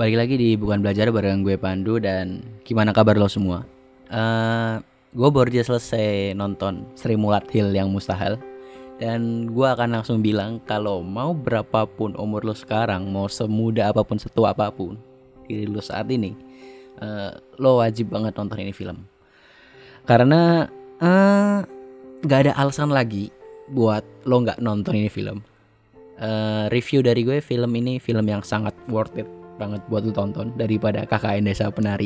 Balik lagi di Bukan Belajar bareng gue Pandu. Dan gimana kabar lo semua? Gue baru aja selesai nonton Sri Mulat Hill yang Mustahil. Dan gue akan langsung bilang kalau mau berapapun umur lo sekarang, mau semuda apapun, setua apapun diri lo saat ini, lo wajib banget nonton ini film. Karena gak ada alasan lagi buat lo gak nonton ini film. Review dari gue, film ini film yang sangat worth it banget buat lu tonton daripada KKN Desa Penari.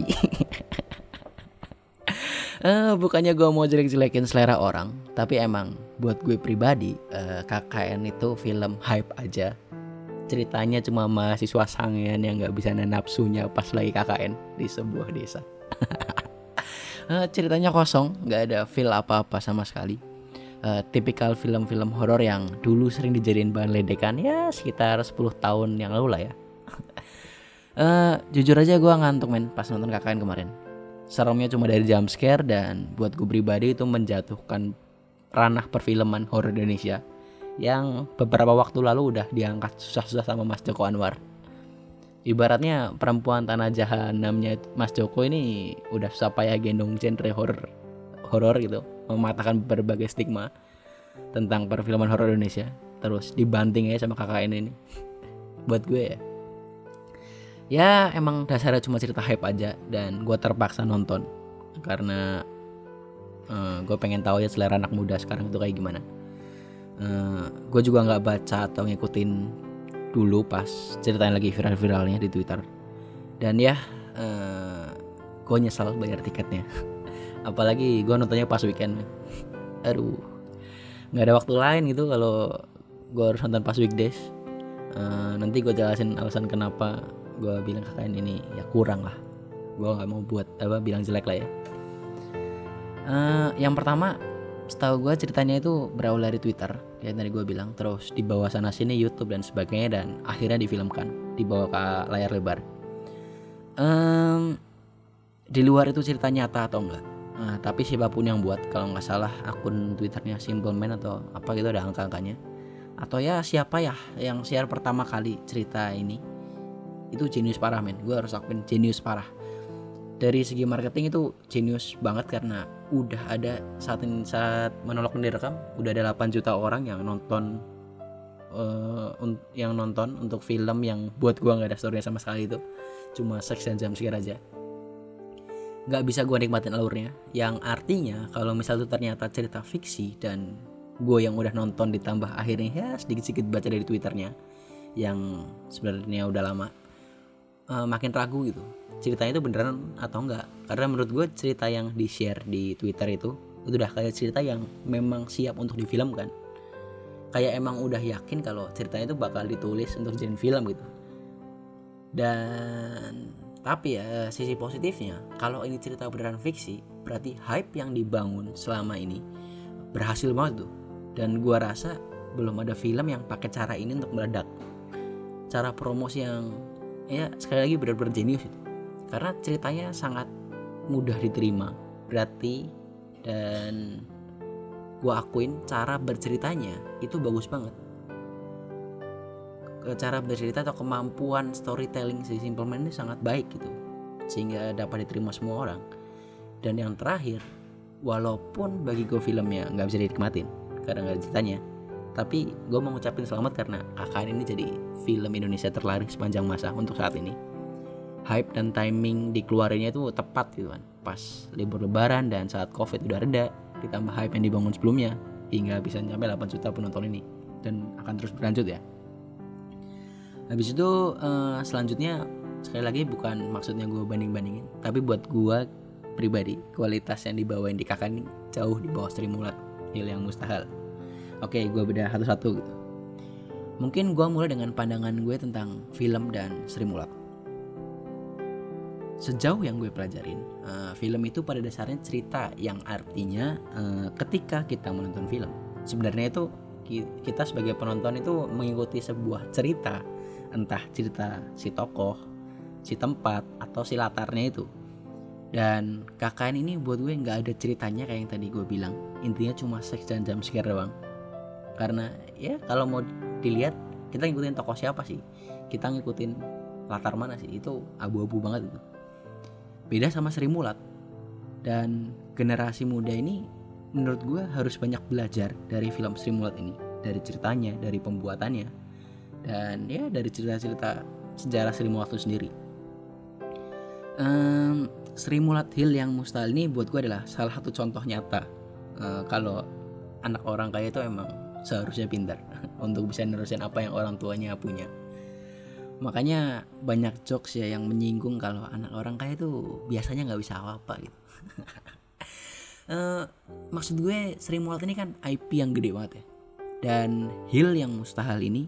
Bukannya gue mau jelek-jelekin selera orang, tapi emang buat gue pribadi KKN itu film hype aja. Ceritanya cuma mahasiswa sangean yang gak bisa nafsunya pas lagi KKN di sebuah desa. Ceritanya kosong, gak ada feel apa-apa sama sekali. Tipikal film-film horor yang dulu sering dijadiin bahan ledekan ya sekitar 10 tahun yang lalu lah ya. Jujur aja gue ngantuk men pas nonton KKN kemarin. Seremnya cuma dari jump scare, dan buat gue pribadi itu menjatuhkan ranah perfilman horor Indonesia yang beberapa waktu lalu udah diangkat susah-susah sama Mas Joko Anwar. Ibaratnya perempuan tanah jahanamnya Mas Joko ini udah susah payah gendong genre horor gitu, mematahkan berbagai stigma tentang perfilman horor Indonesia, terus dibanting aja sama KKN ini. Buat gue ya emang dasarnya cuma cerita hype aja, dan gue terpaksa nonton karena gue pengen tahu ya selera anak muda sekarang itu kayak gimana. Gue juga nggak baca atau ngikutin dulu pas ceritanya lagi viral-viralnya di Twitter, dan ya gue nyesal bayar tiketnya. Apalagi gue nontonnya pas weekend. Aduh, nggak ada waktu lain gitu kalau gue harus nonton pas weekdays. Nanti gue jelasin alasan kenapa gue bilang KKN ini ya kurang lah. Gue nggak mau buat bilang jelek lah ya. Yang pertama, setahu gue ceritanya itu berawal dari Twitter kayak tadi gue bilang, terus dibawa sana sini YouTube dan sebagainya, dan akhirnya difilmkan, dibawa ke layar lebar. Di luar itu cerita nyata atau enggak, tapi siapapun yang buat, kalau nggak salah akun Twitternya Simple Man atau apa gitu, ada angka-angkanya. Atau ya siapa ya yang share pertama kali cerita ini, itu jenius parah men. Gue harus akuin jenius parah. Dari segi marketing itu jenius banget, karena udah ada saat menolak direkam udah ada 8 juta orang yang nonton untuk film yang buat gue nggak ada story sama sekali, itu cuma seks dan jump scare aja. Nggak bisa gue nikmatin alurnya, yang artinya kalau misal itu ternyata cerita fiksi dan gue yang udah nonton ditambah akhirnya ya sedikit-sedikit baca dari Twitternya yang sebenarnya udah lama, makin ragu gitu ceritanya itu beneran atau enggak. Karena menurut gue cerita yang di share di Twitter itu udah kayak cerita yang memang siap untuk difilmkan, kayak emang udah yakin kalau ceritanya itu bakal ditulis untuk jadi film gitu. Dan tapi ya sisi positifnya, kalau ini cerita beneran fiksi, berarti hype yang dibangun selama ini berhasil banget tuh. Dan gue rasa belum ada film yang pakai cara ini untuk meledak. Cara promosi yang ya sekali lagi benar-benar jenius itu, karena ceritanya sangat mudah diterima berarti, dan gue akuin cara berceritanya itu bagus banget. Cara bercerita atau kemampuan storytelling si Simple Man ini sangat baik gitu, sehingga dapat diterima semua orang. Dan yang terakhir, walaupun bagi gue filmnya gak bisa dinikmatin karena gak ada ceritanya, tapi gue mau ngucapin selamat karena KKN ini jadi film Indonesia terlaris sepanjang masa untuk saat ini. Hype dan timing dikeluarinnya itu tepat gitu kan, pas libur lebaran dan saat covid udah reda, ditambah hype yang dibangun sebelumnya hingga bisa sampai 8 juta penonton ini, dan akan terus berlanjut ya. Habis itu selanjutnya, sekali lagi bukan maksudnya gue banding-bandingin, tapi buat gue pribadi kualitas yang dibawain di KKN ini jauh di bawah Sri Mulat Hill yang Mustahil. Oke, gue bedah satu-satu gitu. Mungkin gue mulai dengan pandangan gue tentang film dan Sri Mulat. Sejauh yang gue pelajarin, film itu pada dasarnya cerita, yang artinya ketika kita menonton film, sebenarnya itu kita sebagai penonton itu mengikuti sebuah cerita, entah cerita si tokoh, si tempat, atau si latarnya itu. Dan KKN ini buat gue gak ada ceritanya kayak yang tadi gue bilang, intinya cuma seks dan jump scare doang. Karena ya kalau mau dilihat, kita ngikutin tokoh siapa sih? Kita ngikutin latar mana sih, itu abu-abu banget itu. Beda sama Sri Mulat. Dan generasi muda ini menurut gue harus banyak belajar dari film Sri Mulat ini, dari ceritanya, dari pembuatannya, dan ya dari cerita-cerita sejarah Sri Mulat itu sendiri. Sri Mulat Hill yang Mustahil ini buat gue adalah salah satu contoh nyata kalau anak orang kaya itu emang seharusnya pintar untuk bisa nerusin apa yang orang tuanya punya. Makanya banyak jokes ya yang menyinggung kalau anak orang kaya itu biasanya nggak bisa apa-apa gitu. Maksud gue Sri Mulat ini kan IP yang gede banget ya. Dan Hill yang Mustahil ini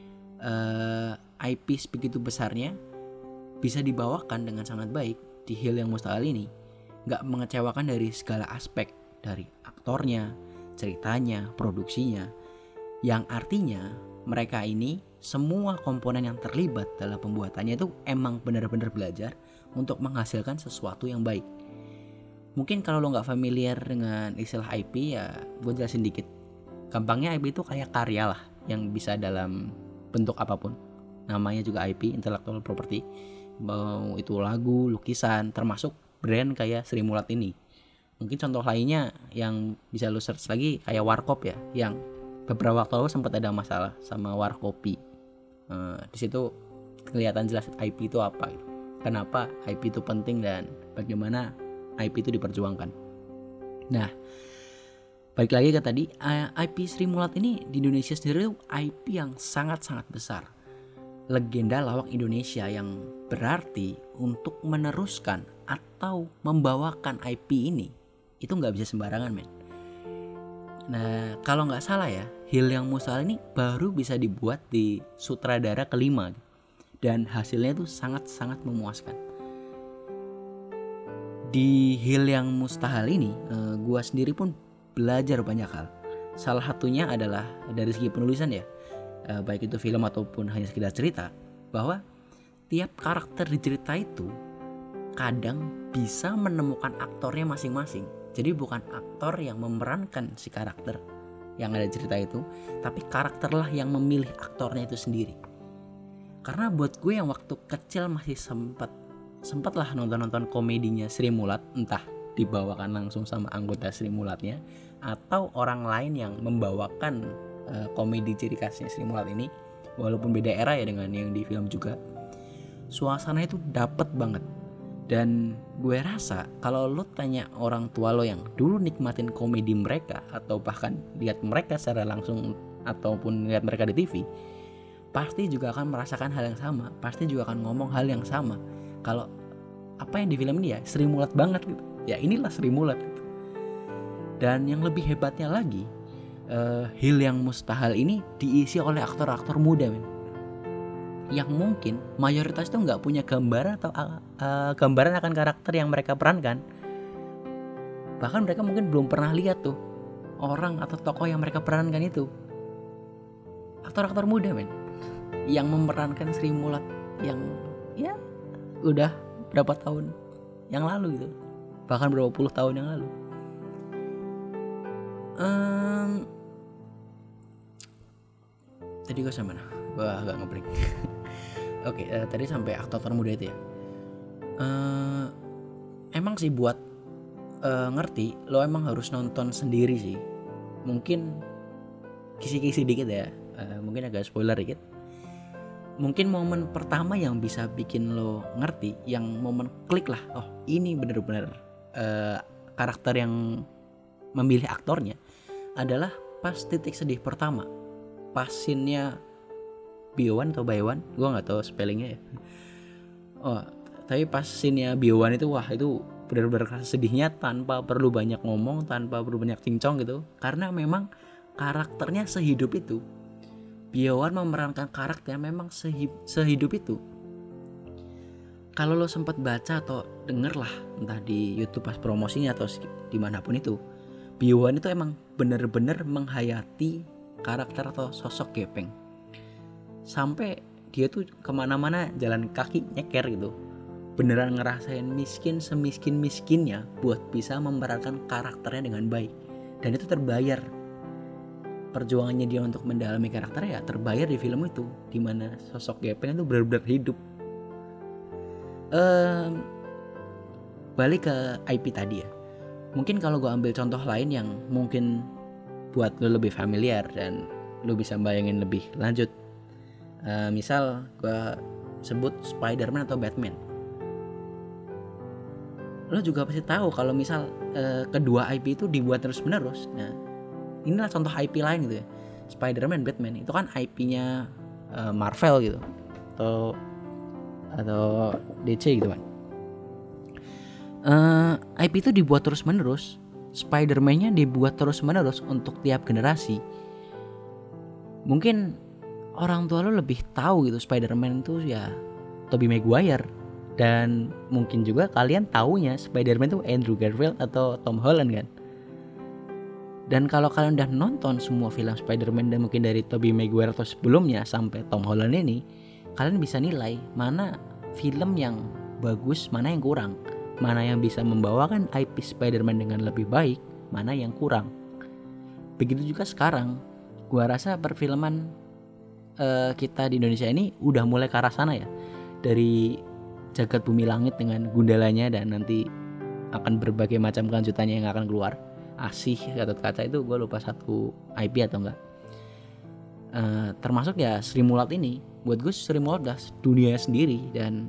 IP begitu besarnya bisa dibawakan dengan sangat baik di Hill yang Mustahil ini. Gak mengecewakan dari segala aspek, dari aktornya, ceritanya, produksinya. Yang artinya mereka ini semua komponen yang terlibat dalam pembuatannya itu emang benar-benar belajar untuk menghasilkan sesuatu yang baik. Mungkin kalau lo gak familiar dengan istilah IP ya gue jelasin dikit. Gampangnya IP itu kayak karya lah yang bisa dalam bentuk apapun. Namanya juga IP, intellectual property. Mau itu lagu, lukisan, termasuk brand kayak Sri Mulat ini. Mungkin contoh lainnya yang bisa lo search lagi kayak Warkop ya, yang beberapa waktu lalu sempat ada masalah sama Warkopi. Di situ kelihatan jelas IP itu apa gitu. Kenapa IP itu penting dan bagaimana IP itu diperjuangkan. Nah, balik lagi ke tadi, IP Sri Mulat ini di Indonesia sendiri itu IP yang sangat-sangat besar. Legenda lawak Indonesia yang berarti untuk meneruskan atau membawakan IP ini itu nggak bisa sembarangan, men. Nah, kalau nggak salah ya, Hill yang Mustahil ini baru bisa dibuat di sutradara kelima dan hasilnya itu sangat-sangat memuaskan. Di Hill yang Mustahil ini, gua sendiri pun belajar banyak hal. Salah satunya adalah dari segi penulisan ya, baik itu film ataupun hanya sekedar cerita, bahwa tiap karakter di cerita itu kadang bisa menemukan aktornya masing-masing. Jadi bukan aktor yang memerankan si karakter yang ada di cerita itu, tapi karakterlah yang memilih aktornya itu sendiri. Karena buat gue yang waktu kecil masih sempatlah nonton komedinya Sri Mulat, entah dibawakan langsung sama anggota Sri Mulatnya atau orang lain yang membawakan komedi ciri khasnya Sri Mulat ini, walaupun beda era ya dengan yang di film juga. Suasana itu dapet banget. Dan gue rasa kalau lo tanya orang tua lo yang dulu nikmatin komedi mereka atau bahkan lihat mereka secara langsung ataupun lihat mereka di TV, pasti juga akan merasakan hal yang sama, pasti juga akan ngomong hal yang sama. Kalau apa yang di film ini ya Sri Mulat banget gitu. Ya inilah Sri Mulat gitu. Dan yang lebih hebatnya lagi, Hill yang Mustahil ini diisi oleh aktor-aktor muda, men. Yang mungkin mayoritas itu nggak punya gambaran atau gambaran akan karakter yang mereka perankan. Bahkan mereka mungkin belum pernah lihat tuh orang atau tokoh yang mereka perankan itu. Aktor-aktor muda, men, yang memerankan Sri Mulat yang ya udah berapa tahun yang lalu gitu, bahkan berapa puluh tahun yang lalu. Tadi gue sampai mana? Gue agak ngeblank. Oke, tadi sampai aktor muda itu ya. Emang sih buat ngerti lo emang harus nonton sendiri sih. Mungkin kisi-kisi dikit ya, mungkin agak spoiler dikit. Mungkin momen pertama yang bisa bikin lo ngerti, yang momen klik lah, oh ini bener-bener karakter yang memilih aktornya, adalah pas titik sedih pertama, pas scene-nya Biowan atau Baywan, gue nggak tahu spellingnya ya. Oh, tapi pas scene-nya Biowan itu, wah itu benar-benar sedihnya tanpa perlu banyak ngomong, tanpa perlu banyak cincong gitu, karena memang karakternya sehidup itu. Biowan memerankan karakter memang sehidup itu. Kalau lo sempat baca atau denger lah, entah di YouTube pas promosinya atau dimanapun itu, Biowan itu emang bener-bener menghayati karakter atau sosok Gepeng. Sampai dia tuh kemana-mana jalan kaki nyeker gitu. Beneran ngerasain miskin semiskin-miskinnya buat bisa memerankan karakternya dengan baik. Dan itu terbayar. Perjuangannya dia untuk mendalami karakternya ya terbayar di film itu, dimana sosok Gepeng itu benar-benar hidup Em, Balik ke IP tadi ya. Mungkin kalau gue ambil contoh lain yang mungkin buat lo lebih familiar dan lo bisa bayangin lebih lanjut. Misal gue sebut Spider-Man atau Batman. Lo juga pasti tahu kalau misal kedua IP itu dibuat terus menerus. Nah, inilah contoh IP lain gitu ya. Spider-Man, Batman itu kan IP-nya Marvel gitu atau DC gitu kan. IP itu dibuat terus menerus. Spider-Man-nya dibuat terus menerus untuk tiap generasi. Mungkin orang tua lo lebih tahu gitu Spider-Man itu ya Tobey Maguire, dan mungkin juga kalian taunya Spider-Man itu Andrew Garfield atau Tom Holland kan. Dan kalau kalian udah nonton semua film Spider-Man dan mungkin dari Tobey Maguire atau sebelumnya sampai Tom Holland ini, kalian bisa nilai mana film yang bagus, mana yang kurang, mana yang bisa membawakan IP Spider-Man dengan lebih baik, mana yang kurang. Begitu juga sekarang, gua rasa perfilman kita di Indonesia ini udah mulai ke arah sana ya. Dari Jagat Bumi Langit dengan Gundalanya dan nanti akan berbagai macam kelanjutannya yang akan keluar. Asih, Gatot Kaca itu gue lupa satu IP atau enggak. Termasuk ya Sri Mulat ini. Buat gue Sri Mulat udah dunia sendiri dan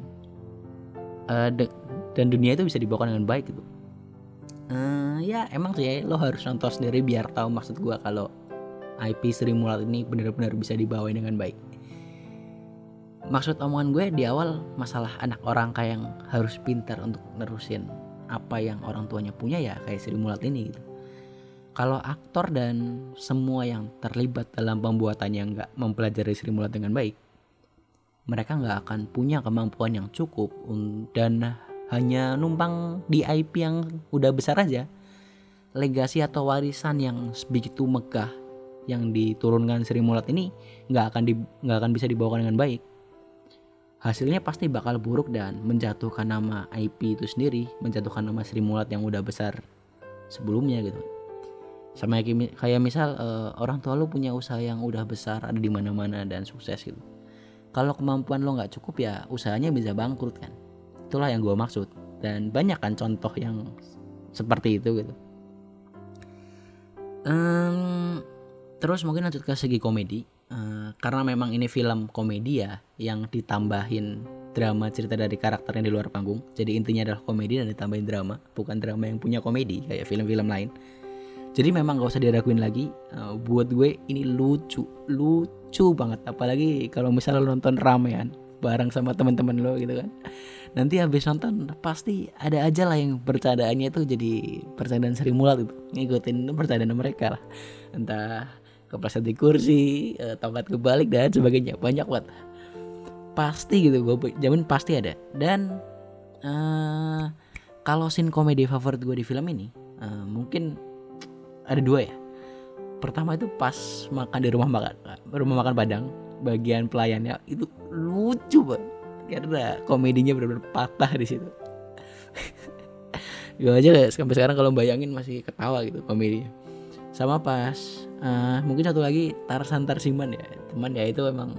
dunia itu bisa dibawakan dengan baik gitu. Ya emang sih lo harus nonton sendiri biar tahu maksud gue kalau IP Sri Mulat ini benar-benar bisa dibawain dengan baik. Maksud omongan gue di awal masalah anak orang kaya yang harus pintar untuk nerusin apa yang orang tuanya punya ya kayak Sri Mulat ini gitu. Kalau aktor dan semua yang terlibat dalam pembuatannya nggak mempelajari Sri Mulat dengan baik, mereka nggak akan punya kemampuan yang cukup dan hanya numpang di IP yang udah besar aja. Legasi atau warisan yang begitu megah yang diturunkan Sri Mulat ini nggak akan bisa dibawakan dengan baik. Hasilnya pasti bakal buruk dan menjatuhkan nama IP itu sendiri, menjatuhkan nama Sri Mulat yang udah besar sebelumnya gitu. Sama kayak misal orang tua lu punya usaha yang udah besar, ada di mana-mana dan sukses gitu. Kalau kemampuan lo nggak cukup ya usahanya bisa bangkrut kan. Itulah yang gue maksud. Dan banyak kan contoh yang seperti itu gitu. Terus mungkin lanjut ke segi komedi. Karena memang ini film komedi ya, yang ditambahin drama cerita dari karakter yang di luar panggung. Jadi intinya adalah komedi dan ditambahin drama, bukan drama yang punya komedi kayak film-film lain. Jadi memang gak usah diraguin lagi. Buat gue ini lucu banget. Apalagi kalau misalnya lo nonton ramean bareng sama teman-teman lo gitu kan. Nanti habis nonton pasti ada aja lah yang bercandaannya itu jadi bercandaan Sri Mulat itu. Ngikutin bercandaan mereka lah. Entah kepleset di kursi, tongkat kebalik dan sebagainya. Banyak banget. Pasti gitu, gue jamin pasti ada. Dan kalau scene komedi favorit gue di film ini mungkin ada dua ya. Pertama itu pas makan di rumah makan Padang, bagian pelayannya itu lucu banget karena komedinya benar-benar patah di situ. Gue aja kayak sampai sekarang kalau bayangin masih ketawa gitu komedinya. Sama pas mungkin satu lagi Tarsan Tarsiman ya, teman ya itu emang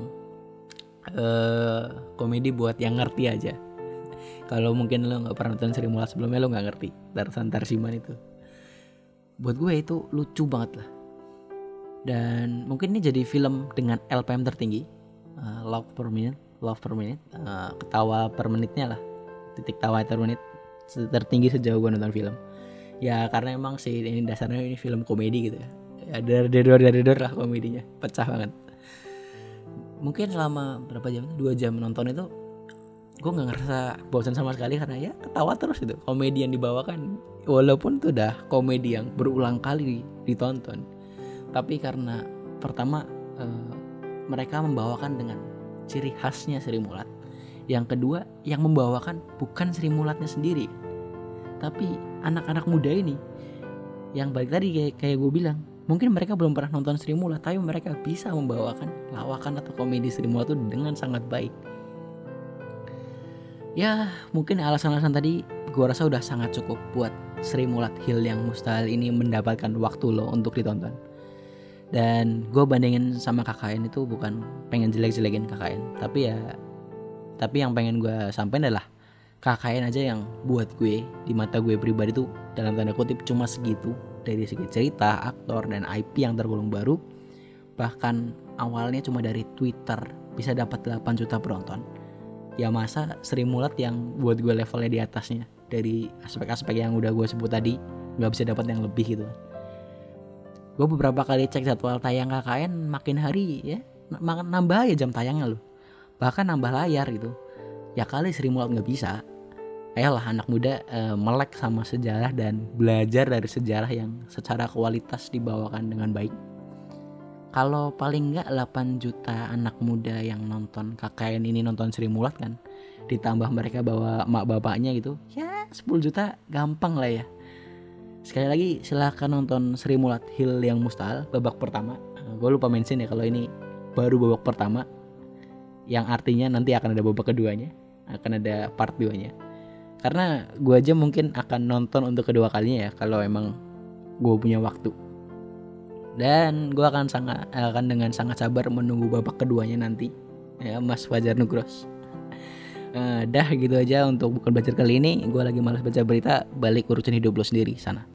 komedi buat yang ngerti aja. Kalau mungkin lo nggak pernah nonton Sri Mulat sebelumnya lo nggak ngerti Tarsan Tarsiman itu. Buat gue itu lucu banget lah. Dan mungkin ini jadi film dengan LPM tertinggi, love per minute, ketawa per menitnya lah, titik tawa per menit tertinggi sejauh gue nonton film. Ya karena emang sih ini dasarnya ini film komedi gitu ya. Dari lah komedinya, pecah banget. Mungkin selama berapa jam? 2 jam nonton itu gue nggak ngerasa bosan sama sekali karena ya ketawa terus gitu. Komedi yang dibawakan walaupun itu udah komedi yang berulang kali ditonton, tapi karena pertama mereka membawakan dengan ciri khasnya Sri Mulat. Yang kedua yang membawakan bukan Sri Mulatnya sendiri, tapi anak-anak muda ini yang balik tadi kayak gue bilang, mungkin mereka belum pernah nonton Sri Mulat, tapi mereka bisa membawakan lawakan atau komedi Sri Mulat itu dengan sangat baik. Ya mungkin alasan-alasan tadi gue rasa udah sangat cukup buat Sri Mulat Hill yang mustahil ini mendapatkan waktu lo untuk ditonton. Dan gue bandingin sama KKN itu bukan pengen jelek-jelekin KKN, tapi yang pengen gue sampaikan adalah KKN aja yang buat gue, di mata gue pribadi tuh dalam tanda kutip cuma segitu. Dari segi cerita, aktor, dan IP yang tergolong baru. Bahkan awalnya cuma dari Twitter bisa dapat 8 juta penonton. Ya masa Sri Mulat yang buat gue levelnya di atasnya, dari aspek-aspek yang udah gue sebut tadi, gak bisa dapat yang lebih gitu. Gue beberapa kali cek jadwal tayang KKN, makin hari ya nambah aja jam tayangnya loh. Bahkan nambah layar gitu. Ya kali Sri Mulat gak bisa. Ayolah anak muda melek sama sejarah dan belajar dari sejarah yang secara kualitas dibawakan dengan baik. Kalau paling enggak 8 juta anak muda yang nonton KKN ini nonton Sri Mulat kan, ditambah mereka bawa emak bapaknya gitu, ya 10 juta gampang lah ya. Sekali lagi silahkan nonton Sri Mulat Hil yang Mustahil babak pertama. Gue lupa mention ya kalau ini baru babak pertama, yang artinya nanti akan ada babak keduanya, akan ada part 2 nya. Karena gue aja mungkin akan nonton untuk kedua kalinya ya kalau emang gue punya waktu. Dan gue akan dengan sangat sabar menunggu babak keduanya nanti ya, Mas Fajar Nugros. Dah gitu aja untuk Bukan Belajar kali ini. Gue lagi malas baca berita, balik urusan hidup lo sendiri sana.